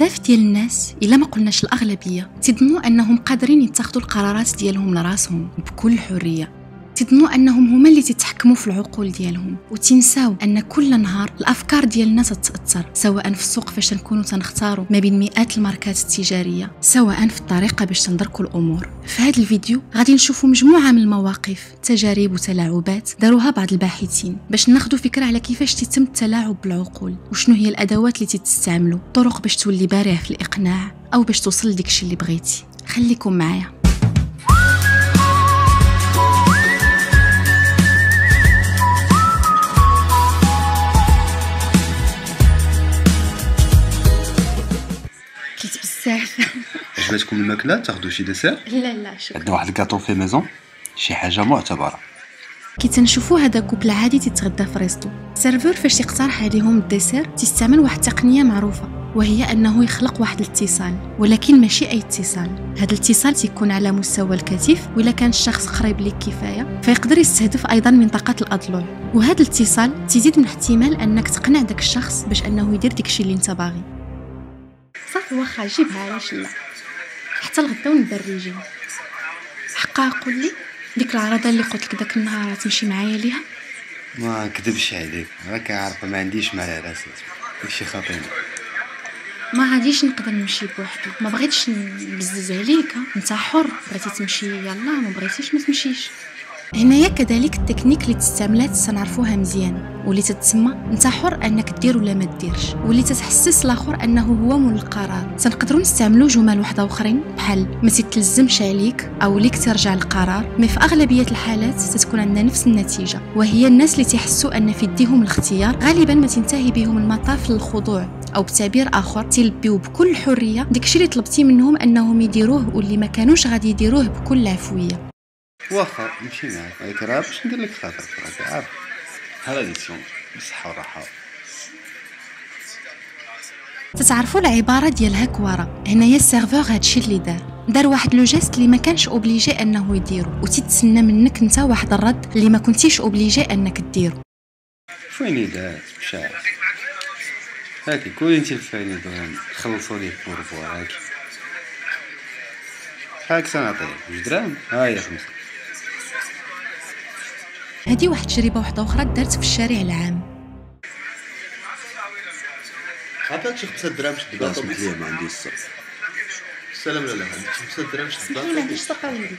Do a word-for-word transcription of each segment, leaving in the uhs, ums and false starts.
بزاف ديال الناس الا ما قلناش الاغلبيه تظنوا انهم قادرين يتخذوا القرارات ديالهم لراسهم بكل حريه، تظنوا انهم هما اللي تتحكموا في العقول ديالهم، وتنساو ان كل نهار الافكار ديالنا تتاثر، سواء في السوق فاش نكونوا تنختاروا ما بين مئات الماركات التجاريه، سواء في الطريقه باش تندركوا الامور. في هذا الفيديو غادي نشوفوا مجموعه من المواقف، تجارب وتلاعبات داروها بعض الباحثين باش ناخذوا فكره على كيفاش تتم التلاعب بالعقول، وشنو هي الادوات اللي تستعملوا، طرق باش تولي بارع في الاقناع او باش توصل لديك الشيء اللي بغيتي. خليكم معايا. بزاف. عجبتكم الماكله؟ تاخذوا شي ديسير؟ لا لا شكرا. عندنا واحد الكاطو في ميزون، شي حاجه معتبره. كي تنشوفوا هذا كوبل عادي تتغدى في ريستو، السيرفور فاش يقترح عليهم الديسير تستعمل واحد التقنيه معروفه، وهي انه يخلق واحد الاتصال، ولكن ماشي اي اتصال. هذا الاتصال تيكون على مستوى الكتف، وإلا كان الشخص قريب ليك كفايه فيقدر يستهدف ايضا منطقه الاضلوع، وهذا الاتصال تزيد من احتمال انك تقنع داك الشخص باش انه يدير داكشي اللي انت باغي. صافي واخا جيبها، علاش لا، حتى الغدا ونبريجي. حقا قول لي ديك العرضه اللي قلت لك داك النهار تمشي معايا ليها؟ ما كذبش عليك، راك عارفه ما عنديش مال على راسي، داكشي خاطيني. ما غاديش نقدر نمشي بوحدي، ما بغيتش نبزز عليك، انت حر، بغيتي تمشي يلا، ما بغيتيش ما تمشيش. هنايا كذلك التكنيك اللي تستعملها تنعرفوها مزيان، واللي تتسمى انت حر انك دير ولا ما ديرش، واللي تتحسس الاخر انه هو مول القرار. تنقدروا نستعملوا جمل وحده اخرين بحال ما تتلزمش عليك او ليك ترجع القرار، مي في اغلبيه الحالات تتكون عندنا نفس النتيجه، وهي الناس اللي تحسوا ان في يديهم الاختيار غالبا ما تنتهي بهم المطاف للخضوع، او بتعبير اخر تلبيو بكل حريه داكشي اللي طلبتي منهم انهم يديروه واللي ما كانوش غادي يديروه بكل عفويه. واخا نمشي معاك، راك راه باش ندير لك خاطرك، راك عارف بحال هاديسيون بالصحه والراحه. تتعرفوا العباره ديال هاكواره؟ هنايا السيرفور هادشي اللي دار دار واحد لو جيست اللي ما كانش اوبليجي انه يديرو، وتتسنى منك انت واحد الرد اللي ما كنتيش اوبليجي انك ديرو. فويني دات مشات هاكي كولي انت الفايني دوام خلصوا لي بورفوار هاكي هاك سنعطيك جوج دراهم، هاهي خمسة. هذه واحد تجربه واحده اخرى دارت في الشارع العام. عطاك شي خمسة دراهم شد باطو اسمح لي ما عنديش الصبر. السلام لا لا عندك شي خمسة دراهم شد باطو ما عنديش طاقه ولدي.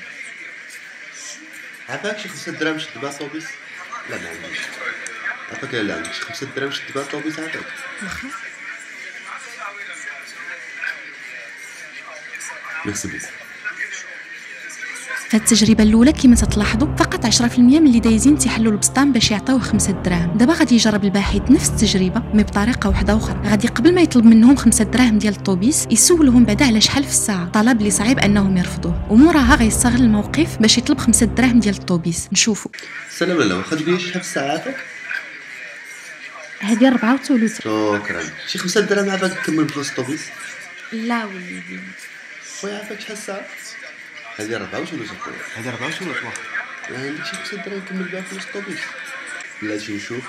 عطاك شي خمسة دراهم شد باطو بيس؟ لا ما عنديش. عطاك لا عندك شي خمسة دراهم شد باطو بيس؟ عطاك واخا ميرسي بوكو. في التجربه الاولى كما تلاحظوا فقط عشرة في المية من اللي دايزين تيحلوا البسطام باش يعطيوه خمسة دراهم. دابا غادي يجرب الباحث نفس التجربه مي بطريقه واحده اخرى، غادي قبل ما يطلب منهم خمسة دراهم ديال الطوبيس يسولهم بعدا على شحال في الساعه، طلب اللي صعيب انهم يرفضوه، وموراها غيستغل الموقف باش يطلب خمسة دراهم ديال الطوبيس. نشوفوا. السلام لا واخا تقولي شحال في ساعاتك؟ هذه أربعة وثلث. شكرا. شي خمسة دراهم عافاك تكمل بلاص الطوبيس؟ لا وليدي خويا عافاك شحال الساعه؟ هذه ربعة وثلث اخويا. هذا ربعة وثلث واخا. ما عندكش شي خمسة دراهم نكمل بها فلوس الطوبيس؟ بلاتي نشوف.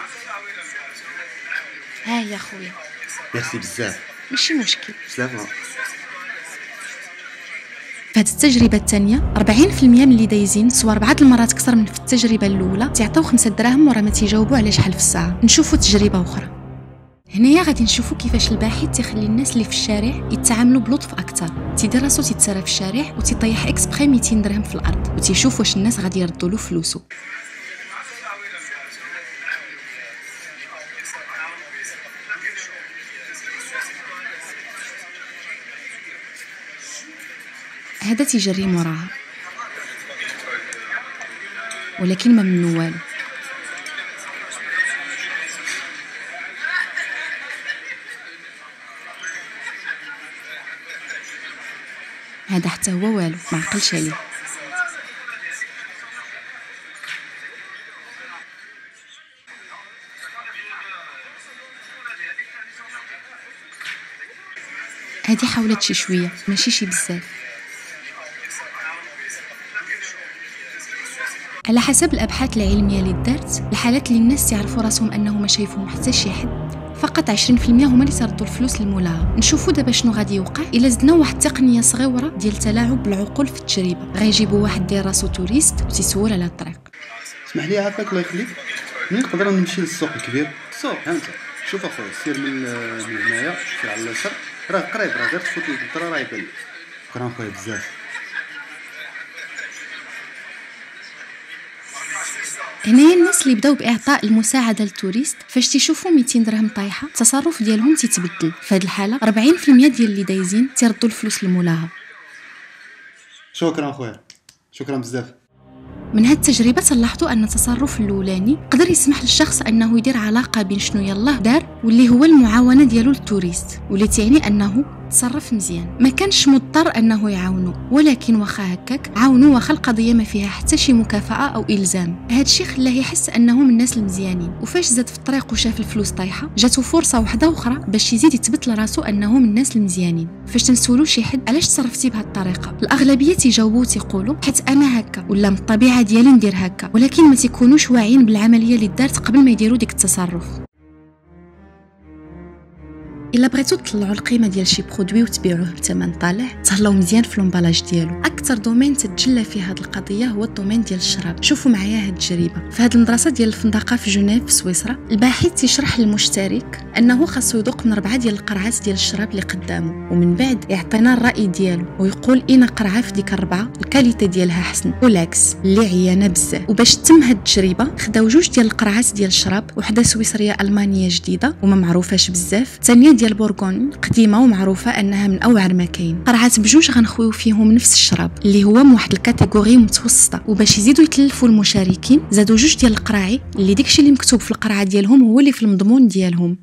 ها يا خويا. ميرسي بزاف. ماشي مشكل. سلامة. في هذه التجربه الثانيه أربعين في المية من اللي دايزين صور بعض المرات اكثر من في التجربه الاولى تعطيو خمسة دراهم ورا ما تيجاوبوا على شحال في الساعه. نشوفوا تجربه اخرى. هنايا غادي نشوفوا كيفاش الباحث تيخلي الناس اللي في الشارع يتعاملوا بلطف اكثر، تيدير راسو تيتسرى في الشارع وتيطيح اكسبري مئتين درهم في الارض، وتيشوف واش الناس غادي يردوا له فلوسه. هذا تيجري موراها ولكن ما منو والو. هذا حتى هو والو، ما عقلش عليه. هذه حاولت شي شويه ماشي شي بزاف. على حسب الابحاث العلميه اللي دارت، الحالات اللي الناس يعرفوا راسهم انه ما شايفهم حتى شي حد فقط عشرين بالمئة هما اللي تردوا الفلوس لمولاها. نشوفوا دابا شنو غادي يوقع الا زدنا واحد التقنيه صغيره ديال التلاعب بالعقول في التجربه. غيجيبوا واحد ديال راسو توريست وتيسول على الطريق. اسمح لي عافاك الله يخليك، نقدر نمشي للسوق الكبير؟ السوق ها انت شوف اخويا، سير من من هنايا سير على اليسار، راه قريب، راه غير تفوت القطره راه يبان لك. شكرا خويا بزاف. هنايا الناس اللي بداو باعطاء المساعده للتوريست فاش تيشوفوا مئتين درهم طايحه التصرف ديالهم تيتبدل. في هذه الحاله أربعين بالمئة ديال اللي دايزين تيردوا الفلوس لمولاها. شكرا خويا، شكرا بزاف. من هاد التجربه تلاحظوا ان التصرف الاولاني قدر يسمح للشخص انه يدير علاقه بين شنو يلاه دار واللي هو المعاونه ديالو للتوريست، واللي تعني انه تصرف مزيان. ما كانش مضطر انه يعاونو، ولكن واخا هكاك عاونو واخا القضيه ما فيها حتى شي مكافاه او الزام. هادشي خلاه يحس انه من الناس المزيانين، وفاش زاد في الطريق وشاف الفلوس طايحه جاتو فرصه واحده اخرى باش يزيد يثبت لراسو انه من الناس المزيانين. فاش تنسولو شي حد علاش تصرفتي بهاد الطريقه، الاغلبيه تيجاوبوا تيقولوا حيت انا هكا ولا من الطبيعه ديالي ندير هكا، ولكن ما تيكونوش واعيين بالعمليه اللي دارت قبل ما يديروا ديك التصرف. الا بغيتو تطلعوا القيمه ديال شي برودوي وتبيعوه بثمن طالع تهلاو مزيان في لومبالاج ديالو. اكثر دومين تتجلى فيه هذه القضيه هو الدومين ديال الشراب. شوفوا معايا هذه التجربه في هذه المدرسه ديال الفندقه في جنيف في سويسرا. الباحث تيشرح للمشترك انه خاصو يذوق من ربعه ديال القرعات ديال الشراب اللي قدامه، ومن بعد يعطينا الراي ديالو ويقول اين قرعه في ديك الربعه الكاليتي ديالها حسن والعكس اللي عيانه بزاف. وباش تتم هذه التجربه خداو جوج ديال القرعات ديال الشراب، وحده سويسريه المانيه جديده وما معروفاش بزاف، الثانيه ديال بورغون قديمه ومعروفه انها من اوعر ما كاين. قرعات بجوج غنخويو فيهم نفس الشراب اللي هو من واحد الكاتيجوري متوسطه. وباش يزيدوا يتلفوا المشاركين زادوا جوج ديال القراعي اللي داكشي اللي مكتوب في القرعه ديالهم هو اللي في المضمون ديالهم.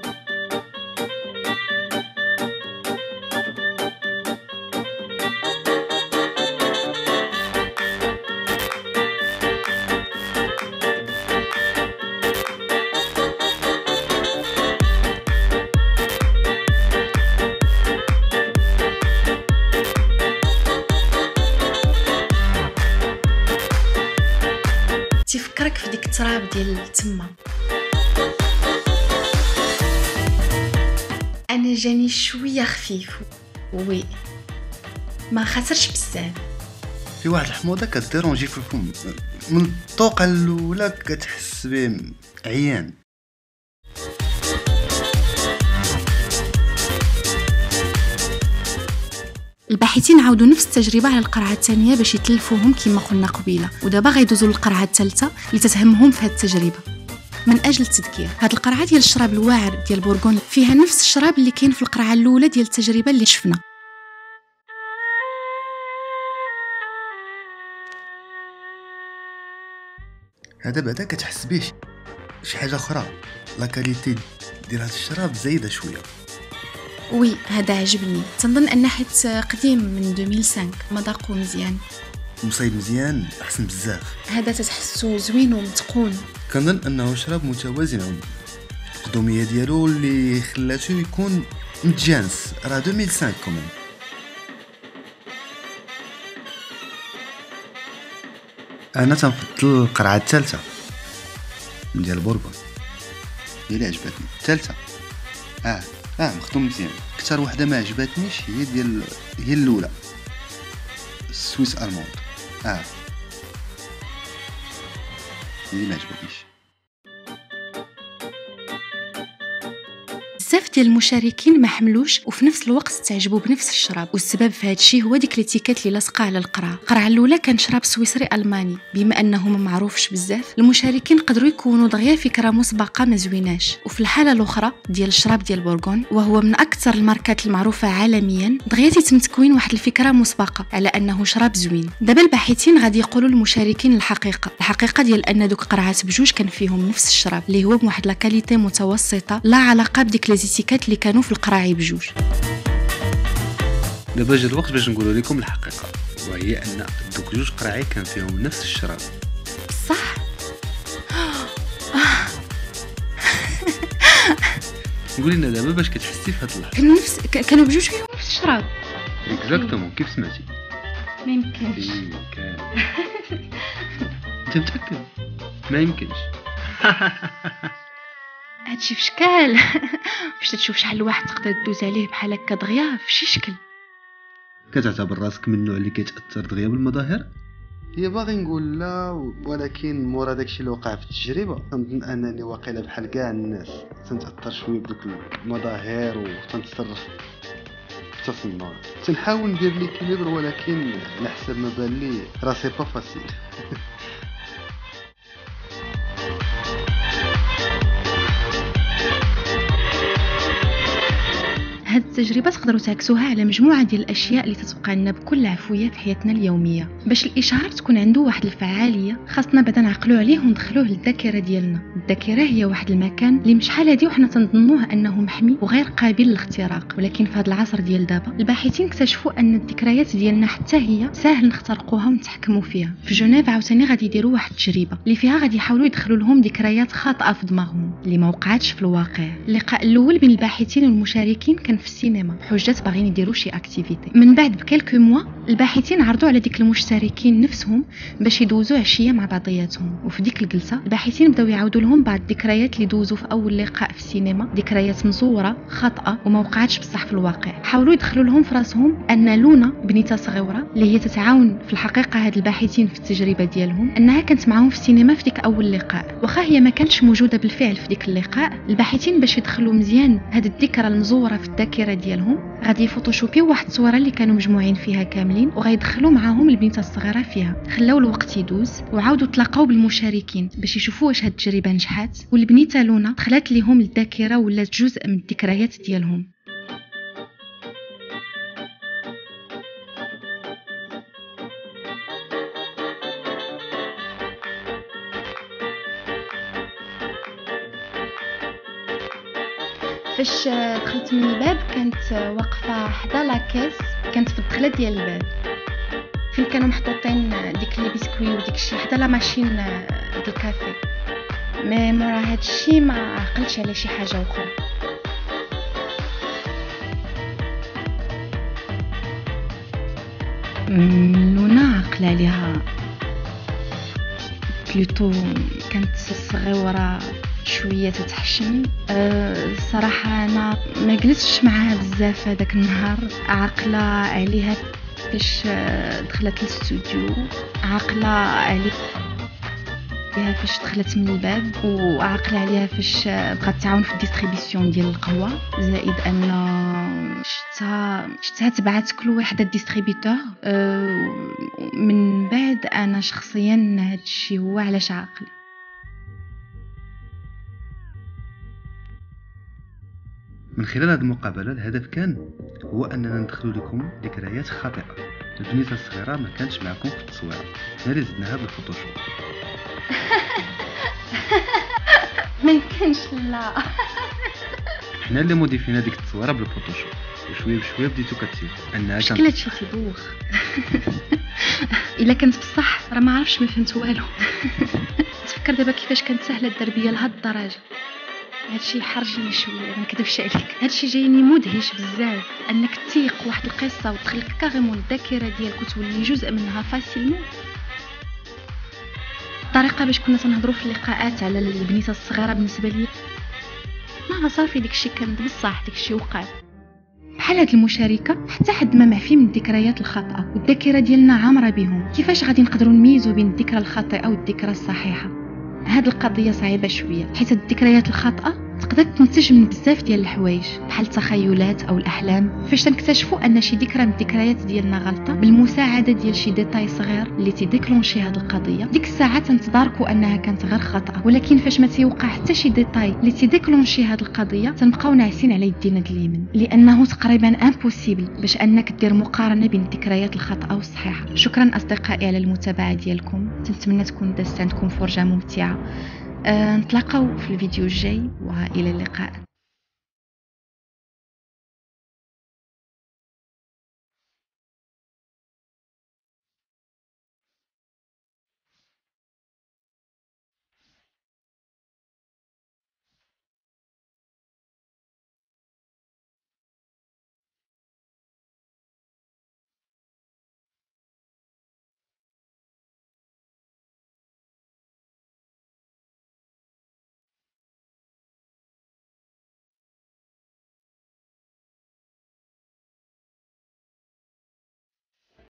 تفكرك في ديك التراب ديال تما. انا جاني شويه خفيف وي ما خسرش بزاف. في واحد الحموضه كديرونجي في الفم من الطوقه الاولى كتحس به عيان. الباحثين عاودوا نفس التجربه على القرعه الثانيه باش يتلفوهم كما قلنا قبيله، ودابا غيدوزوا للقرعه الثالثه اللي تتهمهم في هذه التجربه. من اجل التذكير هاد القرعه ديال الشراب الواعر ديال بورغون فيها نفس الشراب اللي كاين في القرعه الاولى ديال التجربه اللي شفنا. هذا بعدا كتحس به شي حاجه اخرى، لا كاليتي ديال هذا الشراب زايده شويه. وي هذا عجبني، تنظن ان حيت قديم من ألفين وخمسة مذاقو مزيان مصايب مزيان احسن بزاف. هذا تتحسو زوين ومتقون. كنظن انه شراب متوازن القدوميه ديالو اللي خلاتو يكون متجانس، راه ألفين وخمسة كمان. انا تنفضل القرعه الثالثه ديال بورغون، هي اللي عجبتني الثالثه. اه اه مخدوم مزيان. اكثر وحده ما عجبتنيش هي ديال هي الاولى السويس الموند. اه هي ما عجبتنيش. بزاف ديال المشاركين ما حملوش وفي نفس الوقت تعجبوا بنفس الشراب، والسبب في هذا الشيء هو ديك الاتيكيت اللي لاصقه على القرعه. القرعه الاولى كان شراب سويسري الماني، بما انه ما معروفش بزاف المشاركين قدروا يكونوا دغيا فكره مسبقه ما زويناش. وفي الحاله الاخرى ديال الشراب ديال بورغون وهو من اكثر الماركات المعروفه عالميا دغيا تيتم تكوين واحد الفكره مسبقه على انه شراب زوين. دابا الباحثين غادي يقولوا للمشاركين الحقيقه الحقيقه ديال ان دوك قرعات بجوج كان فيهم نفس الشراب اللي هو بواحد لا كاليتي متوسطه لا علاقه بديك ليزيتيكات اللي كانوا في القراعي بجوج. دابا جا الوقت باش نقولوا لكم الحقيقه، وهي ان دوك جوج قراعي كان فيهم نفس الشراب. صح. قولي لنا دابا باش كتحسي في هاد اللحظه. كانوا نفس كانوا بجوج فيهم نفس الشراب. اكزاكتومون كيف سمعتي؟ ما يمكنش. كان انت متاكد؟ ما يمكنش. هادشي في شكال باش تشوف شحال واحد تقدر تدوز عليه بحال هكا دغيا فشي شكل. كتعتبر راسك من النوع اللي كيتاثر دغيا بالمظاهر؟ هي باغي نقول لا، ولكن مورا داكشي اللي وقع في التجربه كنظن انني واقيلا بحال كاع الناس تنتاثر شويه بدوك المظاهر وتنتصرف التصنع. تنحاول ندير ليكيليبر، ولكن على حسب ما بان لي راسي با فاسيل. هاد التجربه تقدروا تعكسوها على مجموعه ديال الاشياء اللي تتوقع لنا بكل عفويه في حياتنا اليوميه. باش الاشعار تكون عنده واحد الفعاليه خاصنا بعدا نعقلوا عليه وندخلوه للذاكره ديالنا. الذاكره هي واحد المكان اللي مش شحال هادي وحنا تنظنوه انه محمي وغير قابل للاختراق، ولكن في هذا العصر ديال دابا الباحثين اكتشفوا ان الذكريات ديالنا حتى هي ساهل نخترقوها ونتحكموا فيها. في جنيف عاوتاني غادي يديروا واحد التجربه اللي فيها غادي يحاولوا يدخلوا لهم ذكريات خاطئه في دماغهم اللي ما وقعتش في الواقع. اللقاء الاول بين الباحثين والمشاركين كان في السينما بحجه باغيين يديروا شي اكتيفيتي. من بعد بكالكو موا الباحثين عرضوا على ديك المشتركين نفسهم باش يدوزوا عشيه مع بعضياتهم، وفي ديك الجلسه الباحثين بداو يعاودوا لهم بعض الذكريات اللي دوزوا في اول لقاء في السينما، ذكريات مزوره خاطئه وما وقعتش بصح في الواقع. حاولوا يدخلوا لهم في راسهم ان لونا بنيته صغيره اللي هي تتعاون في الحقيقه هاد الباحثين في التجربه ديالهم انها كانت معاهم في السينما في ديك اول لقاء، واخا هي ما كانتش موجوده بالفعل في ديك اللقاء. الباحثين باش يدخلوا مزيان هاد الذكرى المزوره في الذاكره ديالهم غادي يفوتوشوبيو واحد الصوره اللي كانوا مجموعين فيها كاملين وغيدخلوا معاهم البنيته الصغيره فيها. خلاو الوقت يدوز وعاودوا تلاقاو بالمشاركين باش يشوفوا واش هاد التجربه نجحات، والبنيته لونا دخلت ليهم الذاكره ولات جزء من الذكريات ديالهم. فاش دخلت من الباب كانت واقفه حدا لاكيس، كانت في الدخله ديال الباب فين كانوا محطوطين ديك لي بسكوي وديك الشيء حدا لا ماشين ديال الكافي. مي مورا هادشي ما عقلتش على شي حاجه اخرى. لونا عقل عليها بلوتو كانت صغيره شويه تتحشم. أه صراحه انا ما جلستش معاها بزاف هذاك النهار. عاقله عليها فاش دخلت للاستوديو، عاقله عليها فاش دخلت من الباب، وعاقله عليها فاش بغات تعاون في الديستريبيسيون ديال القهوه، زائد ان شتا شتا تبعت كل واحد الديستريبيتور. أه من بعد انا شخصيا هادشي هو علاش عاقله. من خلال هذه المقابله الهدف كان هو اننا ندخلوا لكم ذكريات خاطئه. البنيته الصغيره ما كانتش معكم في التصويره، حنا اللي زدناها بالفوتوشوب. ما يمكنش لا حنا اللي موديفينا ديك التصويره بالفوتوشوب، وشويه بشويه بديتو كتشوفوا انها شكل هادشي تيدوخ. الا كانت بصح راه ما عرفش ما فهمت والو. تفكر دابا كيفاش كانت سهله الدربيه لهاد الدرجه. هادشي حرجني شويه ما نكذبش عليك. هادشي جايني مدهش بزاف انك تيق واحد القصه وتدخلك كاريمون الذاكره ديالك وتولي جزء منها فاسيلمون. الطريقه باش كنا تنهضروا في اللقاءات على البنيته الصغيره بالنسبه لي ما صافي داكشي كان بصح داكشي وقع. بحال هاد المشاركه حتى حد ما معفي من الذكريات الخاطئه والذاكره ديالنا عامره بهم. كيفاش غادي نقدروا نميزوا بين الذكرى الخاطئه والذكرى الصحيحه؟ هاد القضيه صعيبه شويه، حيت الذكريات الخاطئه تقدر تنتج من بزاف ديال الحوايج بحال التخيلات او الاحلام. فاش تنكتشفوا ان شي ذكرى من الذكريات ديالنا غلطه بالمساعده ديال شي ديتاي صغير اللي تيديكلونشي هاد القضيه، ديك الساعه تنتداركوا انها كانت غير خطا. ولكن فاش ما تيوقع حتى شي ديتاي اللي تيديكلونشي هاد القضيه تنبقاو ناعسين على يدينا د اليمين، لانه تقريبا امبوسيبل باش انك دير مقارنه بين الذكريات الخاطئه والصحيحه. شكرا اصدقائي على المتابعه ديالكم، تنتمنى تكون دازت عندكم فرجه ممتعه. أه نتلاقاو في الفيديو الجاي والى اللقاء.